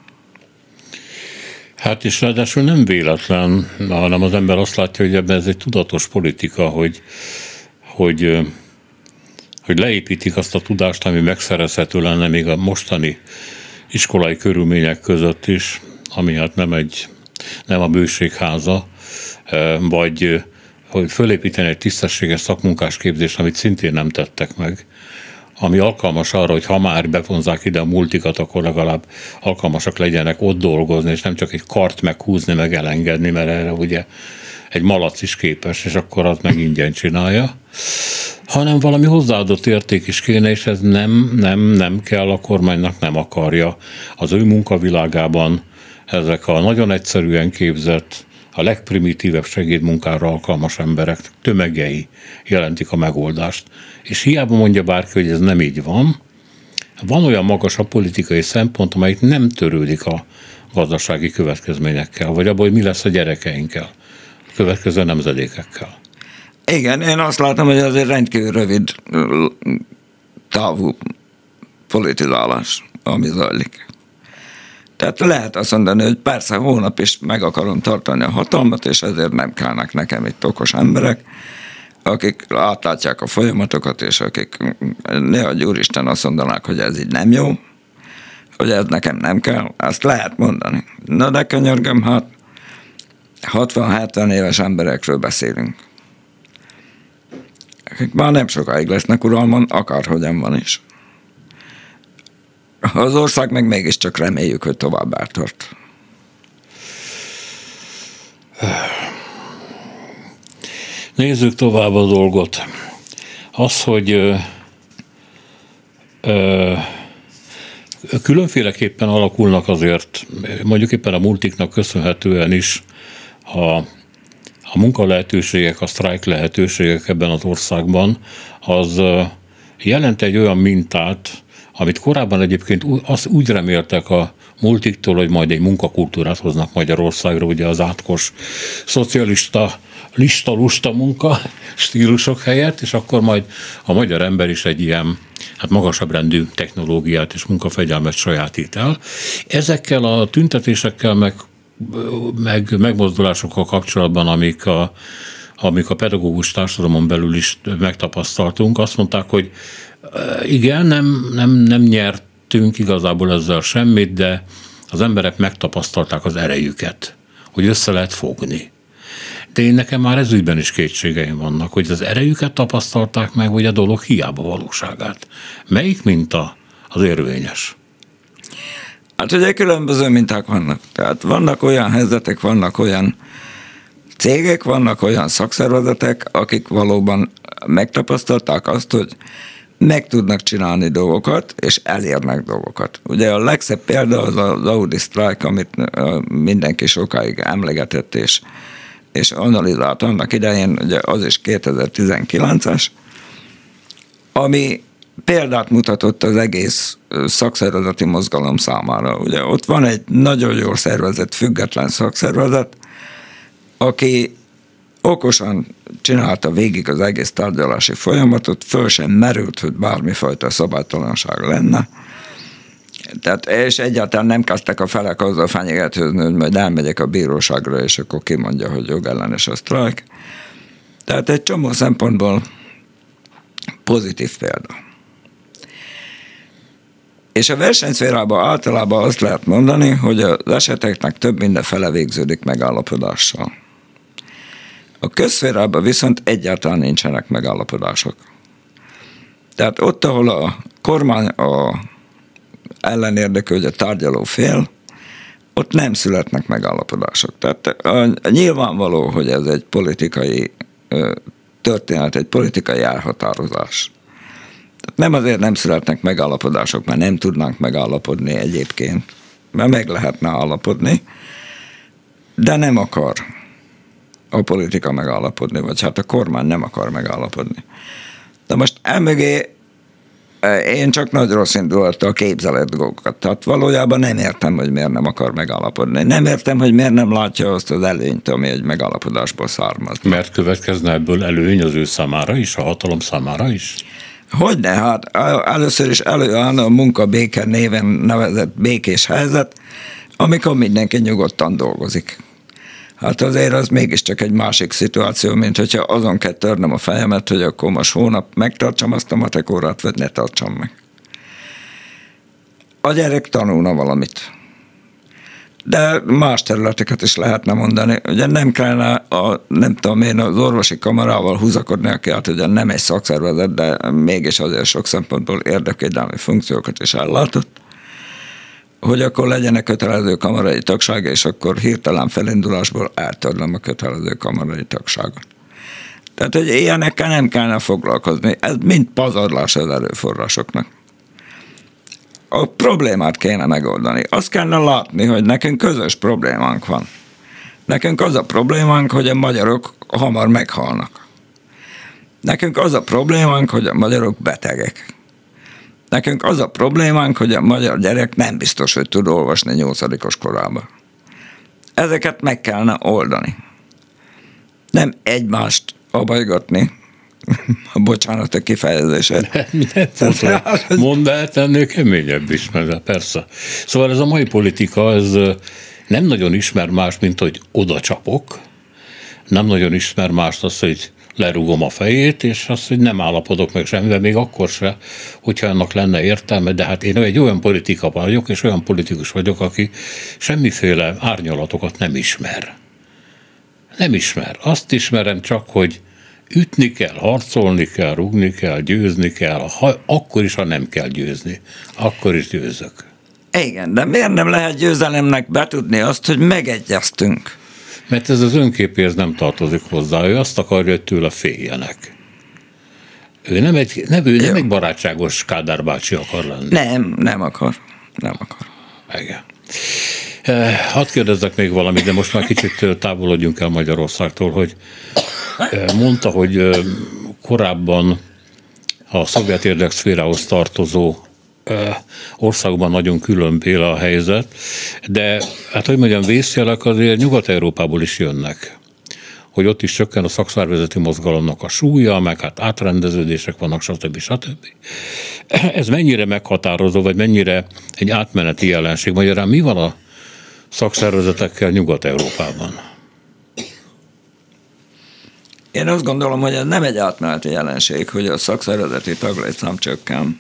Hát és ráadásul nem véletlen, hanem az ember azt látja, hogy ebben ez egy tudatos politika, hogy leépítik azt a tudást, ami megszerezhető lenne még a mostani iskolai körülmények között is, ami hát nem a bőségháza, vagy hogy fölépíteni egy tisztességes szakmunkásképzést, amit szintén nem tettek meg, ami alkalmas arra, hogy ha már bevonzák ide a multikat, akkor legalább alkalmasak legyenek ott dolgozni, és nem csak egy kart meghúzni, meg elengedni, mert erre ugye egy malac is képes, és akkor az meg ingyen csinálja, hanem valami hozzáadott érték is kéne, és ez nem kell, a kormánynak nem akarja. Az ő munkavilágában ezek a nagyon egyszerűen képzett, a legprimitívebb segédmunkára alkalmas emberek tömegei jelentik a megoldást. És hiába mondja bárki, hogy ez nem így van, van olyan magas a politikai szempont, amelyik nem törődik a gazdasági következményekkel, vagy abban, hogy mi lesz a gyerekeinkkel, a következő nemzedékekkel. Igen, én azt látom, hogy ez egy rendkívül rövid távú politizálás, ami zajlik. Tehát lehet azt mondani, hogy persze holnap is meg akarom tartani a hatalmat, és ezért nem kellnek nekem itt okos emberek, akik átlátják a folyamatokat, és akik néha Úristen azt mondanák, hogy ez így nem jó, hogy ez nekem nem kell, ezt lehet mondani. Na de könyörgöm, hát 60-70 éves emberekről beszélünk, akik már nem sokáig lesznek uralmon, akárhogyan van is. Az ország meg mégiscsak reméljük, hogy tovább eltart. Nézzük tovább a dolgot. Az, hogy különféleképpen alakulnak azért, mondjuk éppen a multiknak köszönhetően is a munkalehetőségek, a sztrájk lehetőségek ebben az országban, az jelent egy olyan mintát, amit korábban egyébként azt úgy reméltek a multiktól, hogy majd egy munkakultúrát hoznak Magyarországra, ugye az átkos szocialista, lusta munka stílusok helyett, és akkor majd a magyar ember is egy ilyen magasabb rendű technológiát és munkafegyelmet sajátít el. Ezekkel a tüntetésekkel meg megmozdulásokkal kapcsolatban, amik a pedagógus társadalmon belül is megtapasztaltunk, azt mondták, hogy igen, nem nyertünk igazából ezzel semmit, de az emberek megtapasztalták az erejüket, hogy össze lehet fogni. De én nekem már ezügyben is kétségeim vannak, hogy az erejüket tapasztalták meg, vagy a dolog hiába valóságát. Melyik minta az érvényes? Hát ugye különböző minták vannak. Tehát vannak olyan helyzetek, vannak olyan cégek, vannak olyan szakszervezetek, akik valóban megtapasztalták azt, hogy meg tudnak csinálni dolgokat, és elérnek dolgokat. Ugye a legszebb példa az az Audi sztrájk, amit mindenki sokáig emlegetett és analizált annak idején, ugye az is 2019-es, ami példát mutatott az egész szakszervezeti mozgalom számára. Ugye ott van egy nagyon jól szervezett, független szakszervezet, aki okosan csinálta végig az egész tárgyalási folyamatot, föl sem merült, hogy bármifajta szabálytalanság lenne. Tehát, és egyáltalán nem kezdtek a felek azzal fenyegetőzni, hogy majd elmegyek a bíróságra, és akkor kimondja, hogy jogellenes a sztrájk. Tehát egy csomó szempontból pozitív példa. És a versenyszférában általában azt lehet mondani, hogy az eseteknek több mindenfele végződik megállapodással. A közszférában viszont egyáltalán nincsenek megállapodások. Tehát ott, ahol a kormány ellenérdekű, hogy a tárgyaló fél, ott nem születnek megállapodások. Tehát nyilvánvaló, hogy ez egy politikai történet, egy politikai elhatározás. Tehát nem azért nem születnek megállapodások, mert nem tudnánk megállapodni egyébként, mert meg lehetne állapodni, de nem akar a politika megállapodni, vagy hát a kormány nem akar megállapodni. De most emögé én csak nagy rossz indulattal képzelett dolgokat. Tehát valójában nem értem, hogy miért nem akar megállapodni. Nem értem, hogy miért nem látja azt az előnyt, ami egy megállapodásból származ. Mert következne ebből előny az ő számára is, a hatalom számára is? Hogyne, hát először is előáll a munka-béke néven nevezett békés helyzet, amikor mindenki nyugodtan dolgozik. Hát azért az mégiscsak egy másik szituáció, mint hogyha azon kell törnöm a fejemet, hogy akkor most hónap megtartsam azt a matek órát, vagy ne tartsam meg. A gyerek tanulna valamit. De más területeket is lehetne mondani. Ugye nem kellene nem tudom én, az orvosi kamarával húzakodni, aki hát ugye nem egy szakszervezet, de mégis azért sok szempontból érdekvédelmi funkciókat is ellátott, hogy akkor legyenek kötelező kamarai tagsága, és akkor hirtelen felindulásból eltörlöm a kötelező kamarai tagságot. Tehát, hogy ilyenekkel nem kellene foglalkozni. Ez mind pazarlás az erőforrásoknak. A problémát kéne megoldani. Azt kellene látni, hogy nekünk közös problémánk van. Nekünk az a problémánk, hogy a magyarok hamar meghalnak. Nekünk az a problémánk, hogy a magyarok betegek. Nekünk az a problémánk, hogy a magyar gyerek nem biztos, hogy tud olvasni 8. korában. Ezeket meg kellene oldani. Nem egymást abajgatni. Bocsánat a kifejezésre. Mondd el, ennél keményebb is, mert persze. Szóval ez a mai politika, ez nem nagyon ismer más, mint hogy oda csapok, nem nagyon ismer mást azt, hogy lerúgom a fejét, és azt, hogy nem állapodok meg semmivel, még akkor se, hogyha ennek lenne értelme, de hát én egy olyan politika vagyok, és olyan politikus vagyok, aki semmiféle árnyalatokat nem ismer. Nem ismer. Azt ismerem csak, hogy ütni kell, harcolni kell, rúgni kell, győzni kell, akkor is, ha nem kell győzni. Akkor is győzök. Igen, de miért nem lehet győzelemnek betudni azt, hogy megegyeztünk? Mert ez az önképéhez nem tartozik hozzá. Ő azt akarja, hogy tőle féljenek. Ő nem egy barátságos Kádár bácsi akar lenni. Nem akar. Nem akar. Igen. Hadd kérdezzek még valamit, de most már kicsit távolodjunk el Magyarországtól, hogy mondta, hogy korábban a szovjet érdekszférához tartozó országban nagyon különböző a helyzet, de hát, hogy mondjam, vészjelek azért Nyugat-Európából is jönnek, hogy ott is csökken a szakszervezeti mozgalomnak a súlya, meg hát átrendeződések vannak, stb. Ez mennyire meghatározó, vagy mennyire egy átmeneti jelenség? Magyarán mi van a szakszervezetekkel Nyugat-Európában? Én azt gondolom, hogy ez nem egy átmeneti jelenség, hogy a szakszervezeti taglétszám csökken.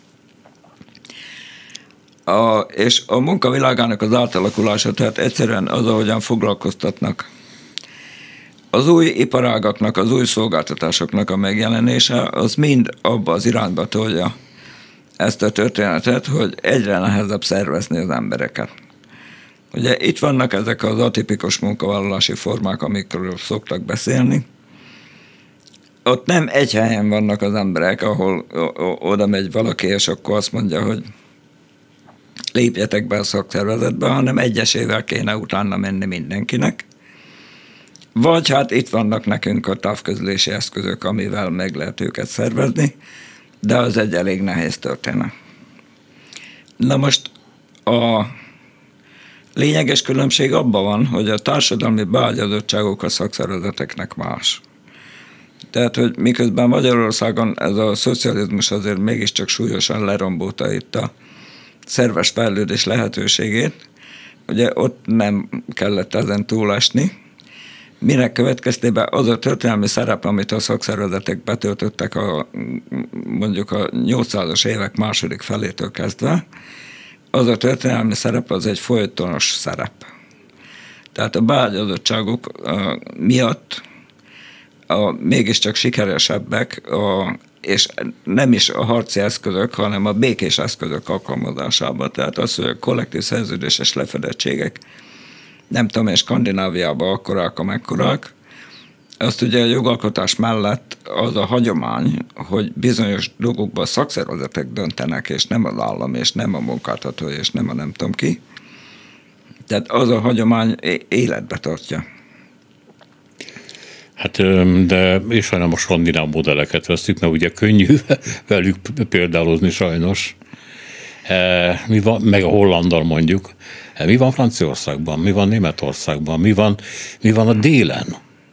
És a munkavilágának az átalakulása, tehát egyszerűen az, ahogyan foglalkoztatnak. Az új iparágaknak, az új szolgáltatásoknak a megjelenése, az mind abba az irányba tolja ezt a történetet, hogy egyre nehezebb szervezni az embereket. Ugye itt vannak ezek az atipikus munkavállalási formák, amikről szoktak beszélni. Ott nem egy helyen vannak az emberek, ahol oda megy valaki, és akkor azt mondja, hogy lépjetek be a szakszervezetbe, hanem egyesével kéne utána menni mindenkinek. Vagy hát itt vannak nekünk a távközlési eszközök, amivel meg lehet őket szervezni, de az egy elég nehéz történet. Na most a lényeges különbség abban van, hogy a társadalmi beágyazottságok a szakszervezeteknek más. Tehát, hogy miközben Magyarországon ez a szocializmus azért mégiscsak súlyosan lerombolta itt a szerves fejlődés lehetőségét, ugye ott nem kellett ezen túlesni. Minek következtében az a történelmi szerep, amit a szakszervezetek betöltöttek mondjuk a 800-as évek második felétől kezdve, az a történelmi szerep az egy folytonos szerep. Tehát a beágyazottságok miatt mégiscsak sikeresebbek és nem is a harci eszközök, hanem a békés eszközök alkalmazásában. Tehát az, hogy a kollektív szerződéses lefedettségek, nem tudom, és Skandináviában akkorák, amekkorák, azt ugye a jogalkotás mellett az a hagyomány, hogy bizonyos dolgokban a szakszervezetek döntenek, és nem az állam, és nem a munkáltató, és nem a nem tudom ki. Tehát az a hagyomány életbe tartja. Hát, de és hanem a skandináv modelleket veszük, mert ugye könnyű velük példálozni sajnos. Mi van, meg a hollandal mondjuk. Mi van Franciaországban, mi van Németországban, mi van a délen?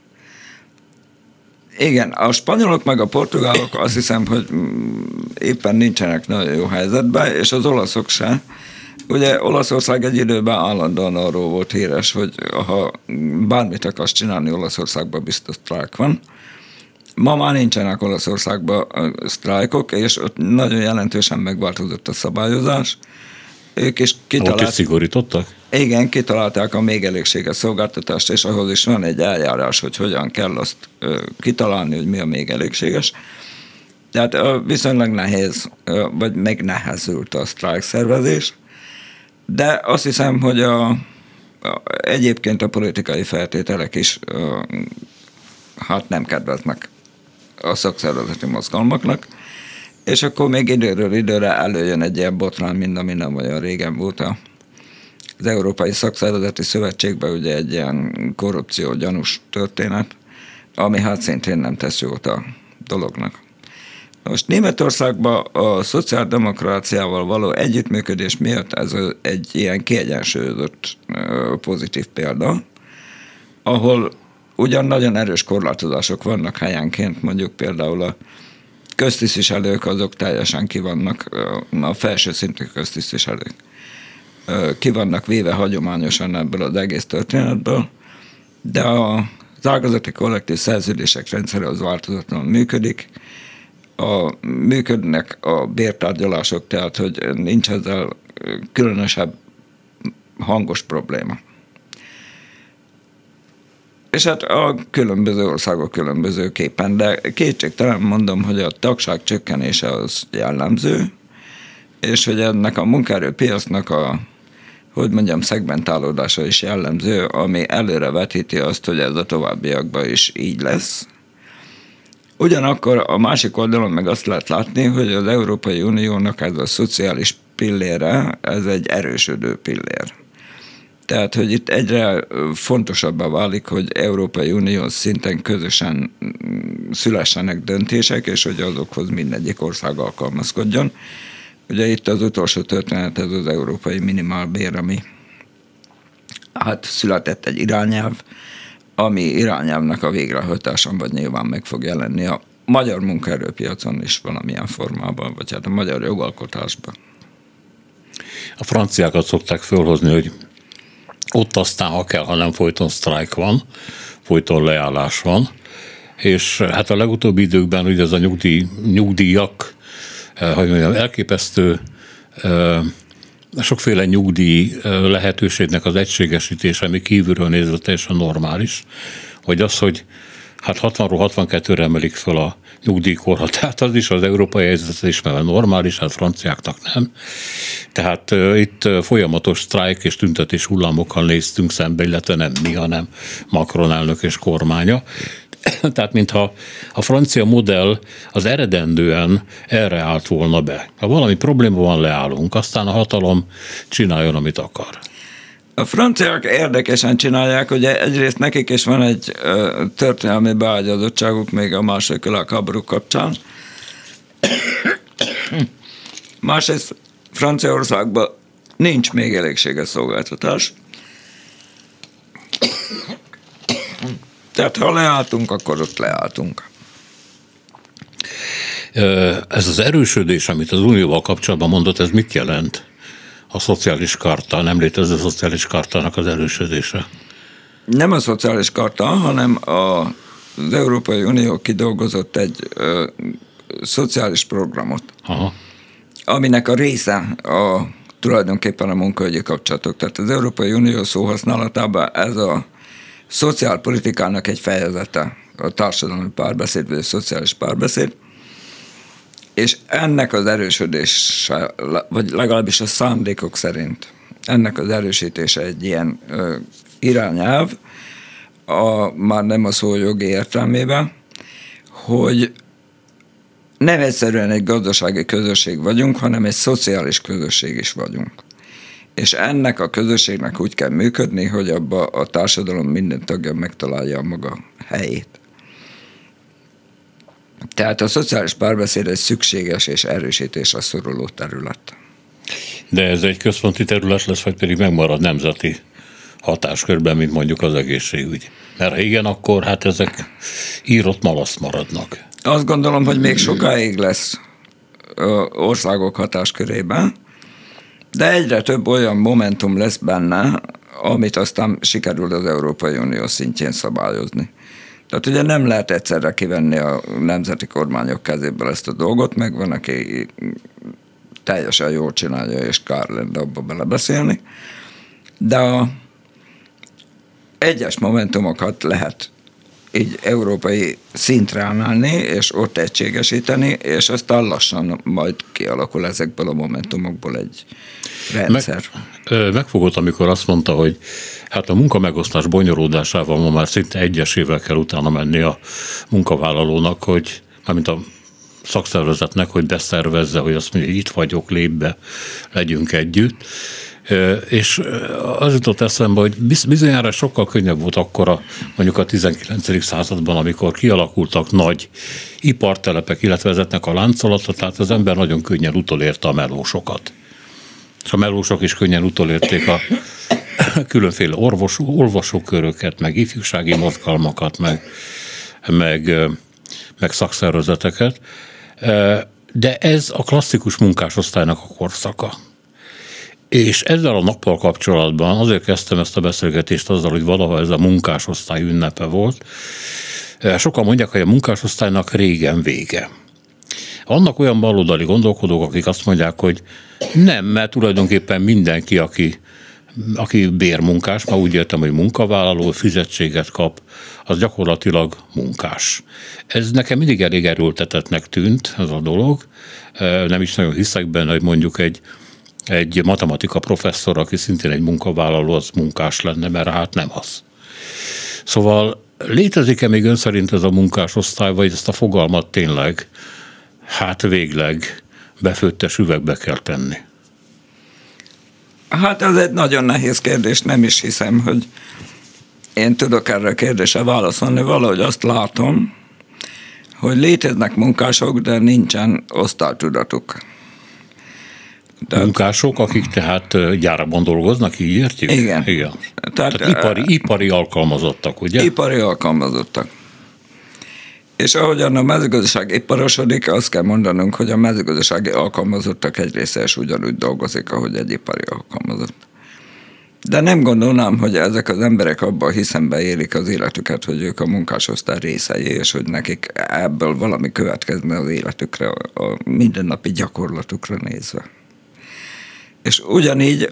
Igen, a spanyolok meg a portugálok azt hiszem, hogy éppen nincsenek nagyon jó helyzetben, és az olaszok se. Ugye Olaszország egy időben állandóan arról volt híres, hogy ha bármit akarsz csinálni, Olaszországban biztos sztrájk van. Ma már nincsenek Olaszországban sztrájkok, és ott nagyon jelentősen megváltozott a szabályozás. Ők is Ott is szigorítottak? Igen, kitalálták a még elégséges szolgáltatást, és ahhoz is van egy eljárás, hogy hogyan kell azt kitalálni, hogy mi a még elégséges. Tehát viszonylag nehéz, vagy megnehezült a sztrájk szervezés, de azt hiszem, hogy egyébként a politikai feltételek is hát nem kedveznek a szakszervezeti mozgalmaknak, és akkor még időről időre előjön egy ilyen botrány, mint ami nem olyan régen volt az Európai Szakszervezeti Szövetségben, ugye egy ilyen korrupció gyanús történet, ami hát szintén nem tesz jót a dolognak. Most Németországban a szociáldemokráciával való együttműködés miatt ez egy ilyen kiegyensúlyozott pozitív példa, ahol ugyan nagyon erős korlátozások vannak helyenként, mondjuk például a köztisztviselők azok teljesen kivannak, a felső szintű köztisztviselők kivannak véve hagyományosan ebből az egész történetből, de az ágazati kollektív szerződések rendszere az változatlanul működik, működnek a bértárgyalások, tehát hogy nincs ezzel különösebb hangos probléma. És hát a különböző országok különbözőképpen, de kétségtelen mondom, hogy a tagság csökkenése az jellemző, és hogy ennek a munkaerőpiacnak szegmentálódása is jellemző, ami előre vetíti azt, hogy ez a továbbiakban is így lesz. Ugyanakkor a másik oldalon meg azt lehet látni, hogy az Európai Uniónak ez a szociális pillére, ez egy erősödő pillér. Tehát, hogy itt egyre fontosabbá válik, hogy Európai Unió szinten közösen szülessenek döntések, és hogy azokhoz mindegyik ország alkalmazkodjon. Ugye itt az utolsó történet, ez az európai minimálbér, ami hát született egy irányelv, ami irányelvnek a végrehajtásán vagy nyilván meg fog jelenni a magyar munkaerőpiacon is valamilyen formában, vagy hát a magyar jogalkotásban. A franciákat szokták fölhozni, hogy ott aztán, ha kell, ha nem folyton sztrájk van, folyton leállás van, és hát a legutóbbi időkben ugye ez a nyugdíjak, hogy mondjam, elképesztő sokféle nyugdíj lehetőségnek az egységesítése, ami kívülről nézve teljesen normális, hogy az, hogy hát 60-ról 62-re emelik fel a nyugdíjkorhatárt, az is az európai helyzetet ismerve normális, hát franciáknak nem. Tehát itt folyamatos sztrájk és tüntetés hullámokkal néztünk szembe, illetve nem mi, hanem Macron elnök és kormánya. Tehát mintha a francia modell az eredendően erre állt volna be. Ha valami probléma van, leállunk, aztán a hatalom csináljon, amit akar. A franciák érdekesen csinálják, ugye egyrészt nekik is van egy történelmi beágyazottságuk még a második világháború kapcsán. Másrészt Franciaországban nincs még elégséges szolgáltatás. Tehát ha leálltunk, akkor ott leálltunk. Ez az erősödés, amit az Unióval kapcsolatban mondott, ez mit jelent? A szociális karta, nem létező szociális kartának az erősödése? Nem a szociális karta, hanem az Európai Unió kidolgozott egy szociális programot, aha, aminek a része tulajdonképpen a munkaügyi kapcsolatok. Tehát az Európai Unió szóhasználatában ez a szociálpolitikának egy fejezete, a társadalmi párbeszéd vagy a szociális párbeszéd. És ennek az erősödése, vagy legalábbis a szándékok szerint, ennek az erősítése egy ilyen irányelv, már nem a szó jogi értelmében, hogy nem egyszerűen egy gazdasági közösség vagyunk, hanem egy szociális közösség is vagyunk. És ennek a közösségnek úgy kell működni, hogy abba a társadalom minden tagja megtalálja a maga helyét. Tehát a szociális párbeszéd egy szükséges és erősítésre szoruló terület. De ez egy központi terület lesz, vagy pedig megmarad nemzeti hatáskörben, mint mondjuk az egészségügy? Mert ha igen, akkor hát ezek írott malasz maradnak. Azt gondolom, hogy még sokáig lesz országok hatáskörében, de egyre több olyan momentum lesz benne, amit aztán sikerül az Európai Unió szintjén szabályozni. Tehát ugye nem lehet egyszerre kivenni a nemzeti kormányok kezéből ezt a dolgot, meg van, aki teljesen jól csinálja, és kár lenne abba belebeszélni, de a egyes momentumokat lehet így európai szintre emelni, és ott egységesíteni, és aztán lassan majd kialakul ezekből a momentumokból egy rendszer. Megfogott, amikor azt mondta, hogy hát a munkamegosztás bonyolódásával ma már szinte egyesével kell utána menni a munkavállalónak, hogy mármint a szakszervezetnek, hogy beszervezze, hogy azt mondja, hogy itt vagyok, lép be, legyünk együtt. És az jutott eszembe, hogy bizonyára sokkal könnyebb volt akkor mondjuk a 19. században, amikor kialakultak nagy ipartelepek, illetve vezetnek a láncolatot, tehát az ember nagyon könnyen utolérte a melósokat. És a melósok is könnyen utolérték a különféle olvasóköröket, meg ifjúsági mozgalmakat, meg szakszervezeteket. De ez a klasszikus munkásosztálynak a korszaka. És ezzel a nappal kapcsolatban azért kezdtem ezt a beszélgetést azzal, hogy valaha ez a munkásosztály ünnepe volt. Sokan mondják, hogy a munkásosztálynak régen vége. Vannak olyan baloldali gondolkodók, akik azt mondják, hogy nem, mert tulajdonképpen mindenki, aki bérmunkás, már úgy értem, hogy munkavállaló, fizetséget kap, az gyakorlatilag munkás. Ez nekem mindig elég erőltetettnek tűnt, ez a dolog. Nem is nagyon hiszek benne, hogy mondjuk egy matematika professzor, aki szintén egy munkavállaló, az munkás lenne, mert hát nem az. Szóval létezik-e még ön szerint ez a munkásosztály, vagy ezt a fogalmat tényleg hát végleg befőttes üvegbe kell tenni? Hát ez egy nagyon nehéz kérdés, nem is hiszem, hogy én tudok erre a kérdésre válaszolni. Valahogy azt látom, hogy léteznek munkások, de nincsen osztálytudatuk. Munkások, akik tehát gyárban dolgoznak, így értjük? Igen. Tehát ipari alkalmazottak, ugye? Ipari alkalmazottak. És ahogyan a mezőgazdaság iparosodik, azt kell mondanunk, hogy a mezőgazdasági alkalmazottak egy része is ugyanúgy dolgozik, ahogy egy ipari alkalmazott. De nem gondolnám, hogy ezek az emberek abban a hiszemben élik az életüket, hogy ők a munkásosztály részei, és hogy nekik ebből valami következne az életükre, a mindennapi gyakorlatukra nézve. És ugyanígy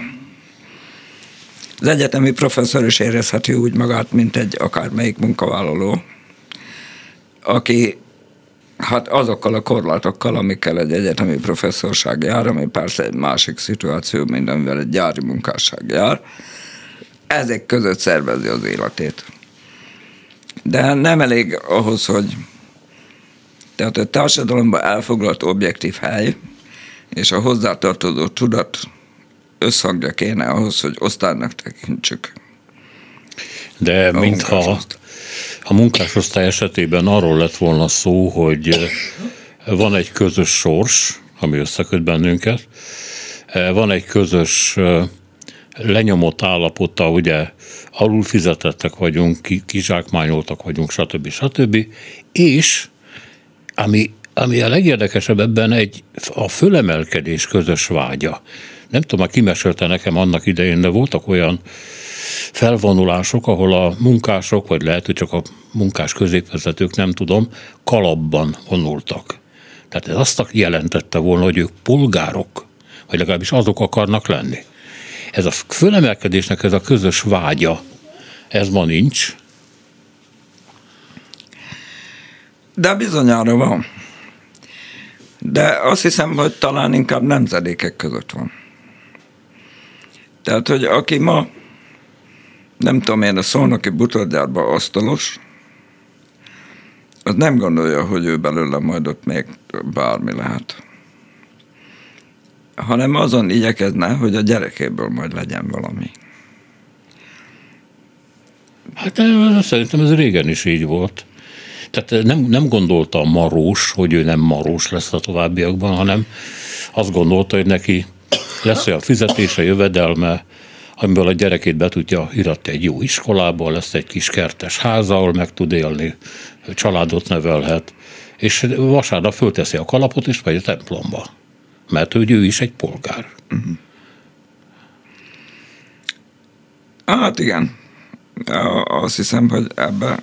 az egyetemi professzor is érezheti úgy magát, mint egy akármelyik munkavállaló, aki hát azokkal a korlátokkal, amikkel egy egyetemi professzorság jár, ami persze egy másik szituáció, mint amivel egy gyári munkásság jár, ezek között szervezi az életét. De nem elég ahhoz, hogy tehát a társadalomban elfoglalt objektív hely, és a hozzátartozó tudat összhangja kéne ahhoz, hogy osztálynak tekintsük. De mintha a munkásosztály esetében arról lett volna szó, hogy van egy közös sors, ami összeköt bennünket, van egy közös lenyomott állapota, ugye alulfizetettek vagyunk, kizsákmányoltak vagyunk, stb. És ami a legérdekesebb ebben a fölemelkedés közös vágya. Nem tudom, ki mesélte nekem annak idején, de voltak olyan felvonulások, ahol a munkások, vagy lehet, hogy csak a munkás középvezetők, nem tudom, kalapban vonultak. Tehát ez azt jelentette volna, hogy ők polgárok, vagy legalábbis azok akarnak lenni. Ez a fölemelkedésnek ez a közös vágya, ez ma nincs. De bizonyára van. De azt hiszem, hogy talán inkább nemzedékek között van. Tehát, hogy aki ma, nem tudom én, a szolnoki bútorgyárban asztalos, az nem gondolja, hogy ő belőle majd ott még bármi lehet. Hanem azon igyekezne, hogy a gyerekéből majd legyen valami. Hát szerintem ez régen is így volt. Tehát nem gondolta a Marós, hogy ő nem Marós lesz a továbbiakban, hanem azt gondolta, hogy neki lesz olyan fizetése, jövedelme, amiből a gyerekét be tudja iratni egy jó iskolába, lesz egy kis kertes háza, ahol meg tud élni, családot nevelhet, és vasárnap fölteszi a kalapot, és megy a templomba. Mert ő is egy polgár. Hát igen. Azt hiszem, hogy ebben...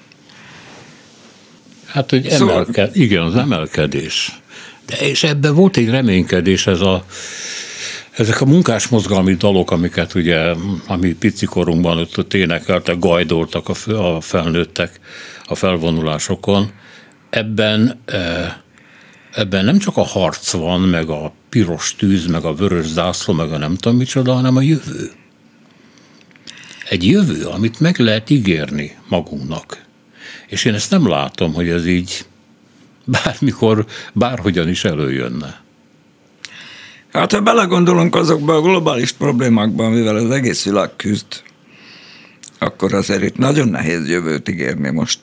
Hát, hogy igen, az emelkedés. De és ebben volt egy reménykedés, ezek a munkásmozgalmi dalok, amiket ugye, ami picikorunkban ott énekeltek, gajdoltak a felnőttek a felvonulásokon, ebben nem csak a harc van, meg a piros tűz, meg a vörös zászló, meg a nem tudom micsoda, hanem a jövő. Egy jövő, amit meg lehet ígérni magunknak. És én ezt nem látom, hogy ez így bármikor, bárhogyan is előjönne. Hát, ha belegondolunk azokba a globális problémákban, amivel az egész világ küzd, akkor azért itt nagyon nehéz jövőt ígérni most.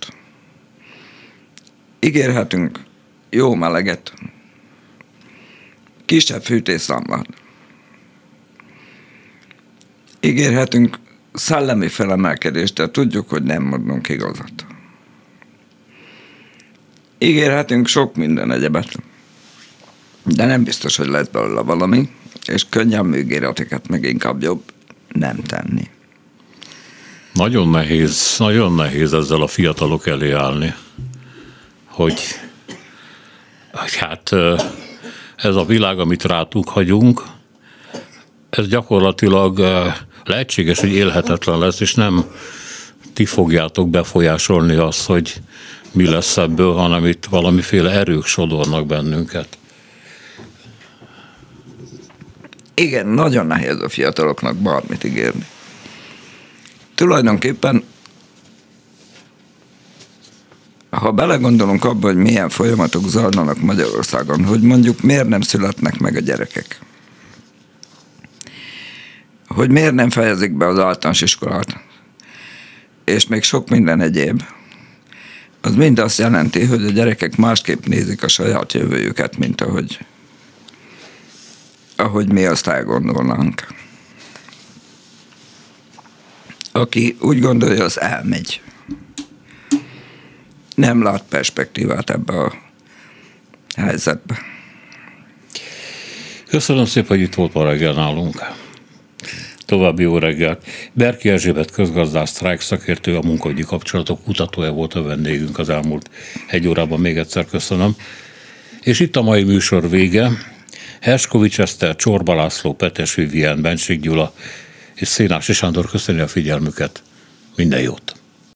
Ígérhetünk jó meleget, kisebb fűtésszámlát. Ígérhetünk szellemi felemelkedést, de tudjuk, hogy nem mondunk igazat. Ígérhetünk sok minden egyebet, de nem biztos, hogy lesz belőle valami, és könnyen ígéreteket meg inkább jobb nem tenni. Nagyon nehéz ezzel a fiatalok elé állni, hogy hát ez a világ, amit rátuk hagyunk, ez gyakorlatilag lehetséges, hogy élhetetlen lesz, és nem ti fogjátok befolyásolni azt, hogy mi lesz ebből, hanem itt valamiféle erők sodornak bennünket. Igen, nagyon nehéz a fiataloknak bármit ígérni. Tulajdonképpen, ha belegondolunk abba, hogy milyen folyamatok zajlanak Magyarországon, hogy mondjuk miért nem születnek meg a gyerekek, hogy miért nem fejezik be az általános iskolát, és még sok minden egyéb, az mind azt jelenti, hogy a gyerekek másképp nézik a saját jövőjüket, mint ahogy mi azt elgondolnánk. Aki úgy gondolja, az elmegy. Nem lát perspektívát ebbe a helyzetbe. Köszönöm szépen, hogy itt volt ma reggel nálunk. További jó reggelt. Berki Erzsébet közgazdász, sztrájkszakértő, a munkaügyi kapcsolatok kutatója volt a vendégünk az elmúlt 1 órában. Még egyszer köszönöm. És itt a mai műsor vége. Herskovics Eszter, Csorba László, Petes Vivien, Bencsik Gyula és Szénási Sándor köszöni a figyelmüket. Minden jót!